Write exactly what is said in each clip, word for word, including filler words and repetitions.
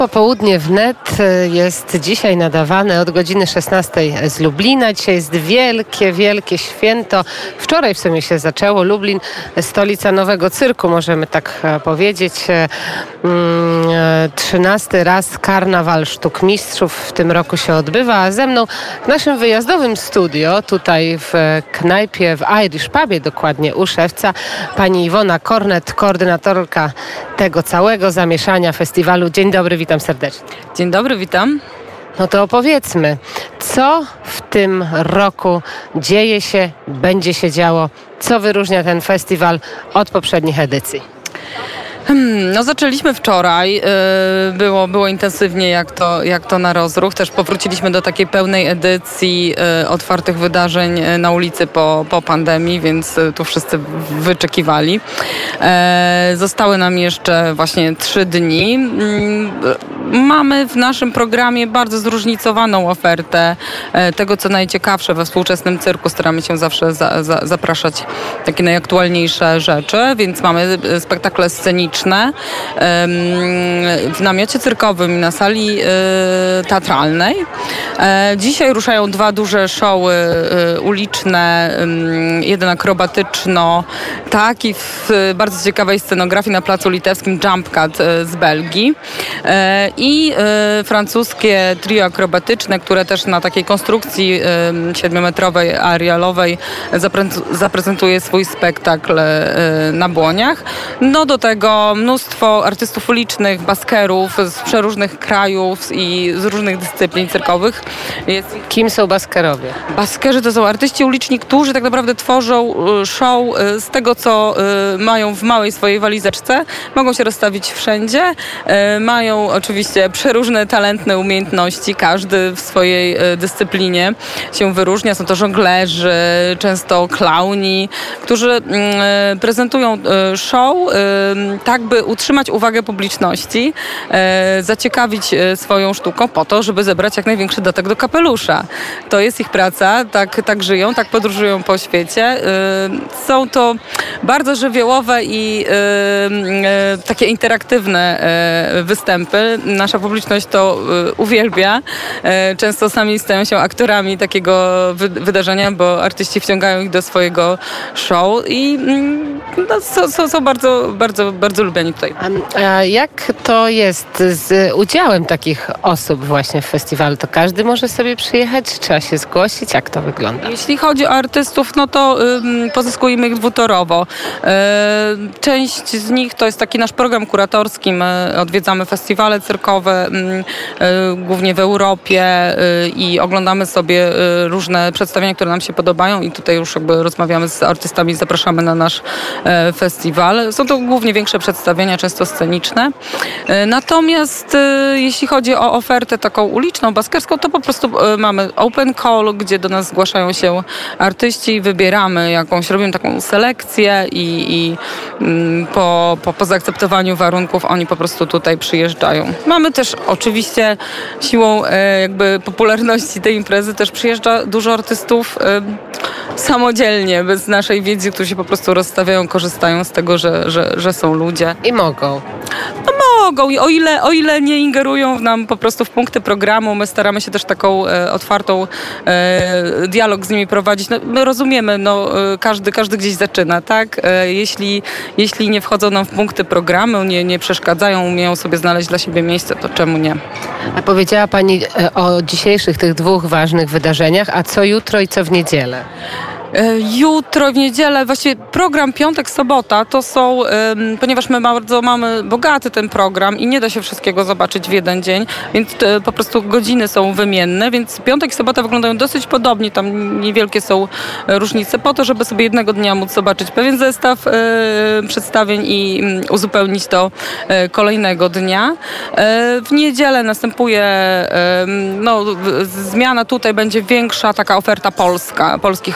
Popołudnie wnet jest dzisiaj nadawane od godziny szesnastej z Lublina. Dzisiaj jest wielkie, wielkie święto. Wczoraj w sumie się zaczęło. Lublin, stolica nowego cyrku, możemy tak powiedzieć. Trzynasty raz karnawal sztuk mistrzów w tym roku się odbywa, a ze mną w naszym wyjazdowym studio, tutaj w knajpie, w Irish Pubie dokładnie u Szewca, pani Iwona Kornet, koordynatorka tego całego zamieszania festiwalu. Dzień dobry, witam serdecznie. Dzień dobry, witam. No to opowiedzmy, co w tym roku dzieje się, będzie się działo, co wyróżnia ten festiwal od poprzednich edycji? Hmm, no zaczęliśmy wczoraj, yy, było, było intensywnie jak to, jak to na rozruch. Też powróciliśmy do takiej pełnej edycji yy, otwartych wydarzeń na ulicy po, po pandemii, więc yy, tu wszyscy wyczekiwali. Yy, zostały nam jeszcze właśnie trzy dni. Yy, mamy w naszym programie bardzo zróżnicowaną ofertę yy, tego, co najciekawsze we współczesnym cyrku. Staramy się zawsze za, za, zapraszać takie najaktualniejsze rzeczy, więc mamy spektakle sceniczne w namiocie cyrkowym i na sali teatralnej. Dzisiaj ruszają dwa duże showy uliczne, jeden akrobatyczno, taki w bardzo ciekawej scenografii na Placu Litewskim Jump Cut z Belgii i francuskie trio akrobatyczne, które też na takiej konstrukcji siedmiometrowej, aerialowej zaprezentuje swój spektakl na błoniach. No do tego mnóstwo artystów ulicznych, baskerów z przeróżnych krajów i z różnych dyscyplin cyrkowych. Jest... Kim są baskerowie? Baskerzy to są artyści uliczni, którzy tak naprawdę tworzą show z tego, co mają w małej swojej walizeczce. Mogą się rozstawić wszędzie. Mają oczywiście przeróżne talentne umiejętności. Każdy w swojej dyscyplinie się wyróżnia. Są to żonglerzy, często klauni, którzy prezentują show tak, by utrzymać uwagę publiczności, e, zaciekawić e, swoją sztuką po to, żeby zebrać jak największy datek do kapelusza. To jest ich praca, tak, tak żyją, tak podróżują po świecie. E, są to bardzo żywiołowe i e, e, takie interaktywne e, występy. Nasza publiczność to e, uwielbia. E, często sami stają się aktorami takiego wy, wydarzenia, bo artyści wciągają ich do swojego show i no, są, są, są bardzo, bardzo, bardzo lubiani tutaj. A, a jak to jest z udziałem takich osób właśnie w festiwalu? To każdy może sobie przyjechać? Trzeba się zgłosić? Jak to wygląda? Jeśli chodzi o artystów, no to ym, pozyskujemy ich dwutorowo. Yy, część z nich to jest taki nasz program kuratorski. My odwiedzamy festiwale cyrkowe, yy, yy, głównie w Europie yy, i oglądamy sobie yy, różne przedstawienia, które nam się podobają i tutaj już jakby rozmawiamy z artystami, zapraszamy na nasz yy, festiwal. Są to głównie większe przedstawienia, często sceniczne. Natomiast jeśli chodzi o ofertę taką uliczną, baskerską, to po prostu mamy open call, gdzie do nas zgłaszają się artyści, wybieramy jakąś, robimy taką selekcję i, i po, po, po zaakceptowaniu warunków oni po prostu tutaj przyjeżdżają. Mamy też oczywiście siłą jakby popularności tej imprezy też przyjeżdża dużo artystów samodzielnie, bez naszej wiedzy, którzy się po prostu rozstawiają, korzystają z tego, że, że, że są ludzie. I mogą. No mogą i o ile, o ile nie ingerują nam po prostu w punkty programu, my staramy się też taką e, otwartą e, dialog z nimi prowadzić. No, my rozumiemy, no, e, każdy, każdy gdzieś zaczyna, tak? E, jeśli, jeśli nie wchodzą nam w punkty programu, nie, nie przeszkadzają, umieją sobie znaleźć dla siebie miejsce, to czemu nie? A powiedziała pani e, o dzisiejszych tych dwóch ważnych wydarzeniach, a co jutro i co w niedzielę? Jutro, w niedzielę, właściwie program piątek, sobota to są, um, ponieważ my bardzo mamy bogaty ten program i nie da się wszystkiego zobaczyć w jeden dzień, więc te, po prostu godziny są wymienne, więc piątek i sobota wyglądają dosyć podobnie, tam niewielkie są różnice po to, żeby sobie jednego dnia móc zobaczyć pewien zestaw e, przedstawień i um, uzupełnić to e, kolejnego dnia. E, w niedzielę następuje e, no, zmiana, tutaj będzie większa taka oferta polska, polskich artystów.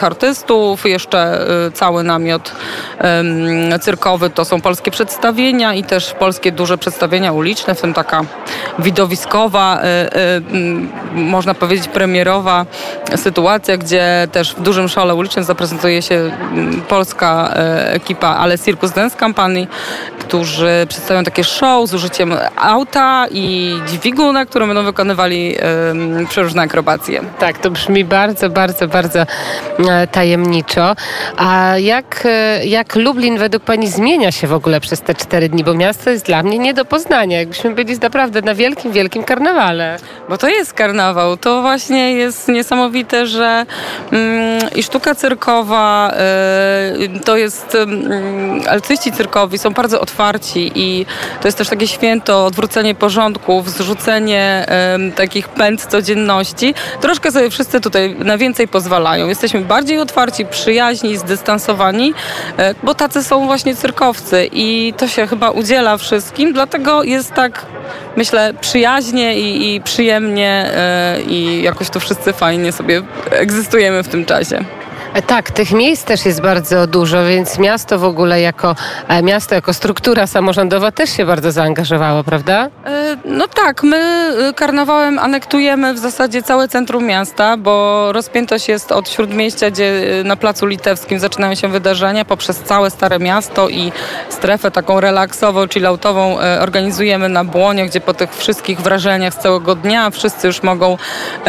artystów, jeszcze cały namiot cyrkowy to są polskie przedstawienia i też polskie duże przedstawienia uliczne, w tym taka widowiskowa, można powiedzieć premierowa sytuacja, gdzie też w dużym szale ulicznym zaprezentuje się polska ekipa Ale Circus Dance Company, którzy przedstawią takie show z użyciem auta i dźwiguna, które będą wykonywali um, przeróżne akrobacje. Tak, to brzmi bardzo, bardzo, bardzo e, tajemniczo. A jak, e, jak Lublin według Pani zmienia się w ogóle przez te cztery dni? Bo miasto jest dla mnie nie do poznania. Jakbyśmy byli naprawdę na wielkim, wielkim karnawale. Bo to jest karnawał. To właśnie jest niesamowite, że mm, i sztuka cyrkowa, y, to jest y, artyści cyrkowi są bardzo otwarci i to jest też takie święto, odwrócenie porządków, zrzucenie y, takich pęd codzienności. Troszkę sobie wszyscy tutaj na więcej pozwalają. Jesteśmy bardziej otwarci, przyjaźni, zdystansowani, y, bo tacy są właśnie cyrkowcy i to się chyba udziela wszystkim, dlatego jest tak, myślę, przyjaźnie i, i przyjemnie y, i jakoś to wszyscy fajnie sobie egzystujemy w tym czasie. Tak, tych miejsc też jest bardzo dużo, więc miasto w ogóle jako miasto, jako struktura samorządowa też się bardzo zaangażowało, prawda? No tak, my karnawałem anektujemy w zasadzie całe centrum miasta, bo rozpiętość jest od Śródmieścia, gdzie na Placu Litewskim zaczynają się wydarzenia, poprzez całe Stare Miasto i strefę taką relaksową, chilloutową organizujemy na Błonie, gdzie po tych wszystkich wrażeniach z całego dnia wszyscy już mogą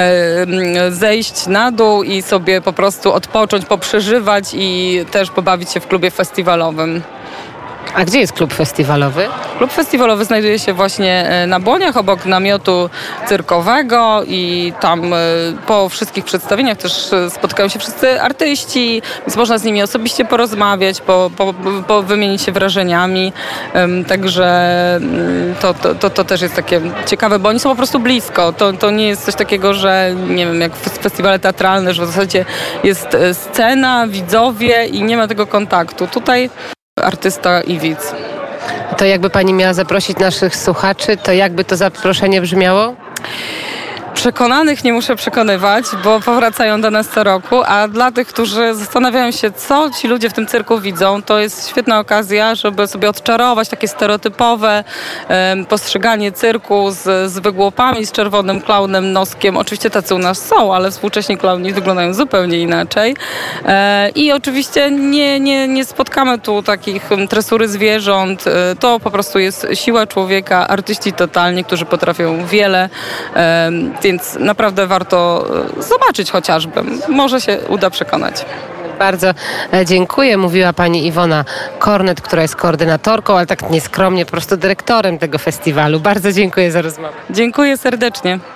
zejść na dół i sobie po prostu odpocząć, poprzeżywać i też pobawić się w klubie festiwalowym. A gdzie jest klub festiwalowy? Klub festiwalowy znajduje się właśnie na Błoniach, obok namiotu cyrkowego i tam po wszystkich przedstawieniach też spotkają się wszyscy artyści, więc można z nimi osobiście porozmawiać, po, po, po wymienić się wrażeniami. Także to, to, to, to też jest takie ciekawe, bo oni są po prostu blisko. To, to nie jest coś takiego, że nie wiem, jak festiwale teatralne, że w zasadzie jest scena, widzowie i nie ma tego kontaktu. Tutaj artysta i widz. To jakby Pani miała zaprosić naszych słuchaczy, to jakby to zaproszenie brzmiało? Przekonanych nie muszę przekonywać, bo powracają do nas co roku, a dla tych, którzy zastanawiają się, co ci ludzie w tym cyrku widzą, to jest świetna okazja, żeby sobie odczarować takie stereotypowe um, postrzeganie cyrku z, z wygłopami, z czerwonym klaunem, noskiem. Oczywiście tacy u nas są, ale współcześni klauni wyglądają zupełnie inaczej. E, I oczywiście nie, nie, nie spotkamy tu takich tresury zwierząt. E, to po prostu jest siła człowieka, artyści totalni, którzy potrafią wiele. E, Więc naprawdę warto zobaczyć chociażby. Może się uda przekonać. Bardzo dziękuję. Mówiła Pani Iwona Kornet, która jest koordynatorką, ale tak nieskromnie po prostu dyrektorem tego festiwalu. Bardzo dziękuję za rozmowę. Dziękuję serdecznie.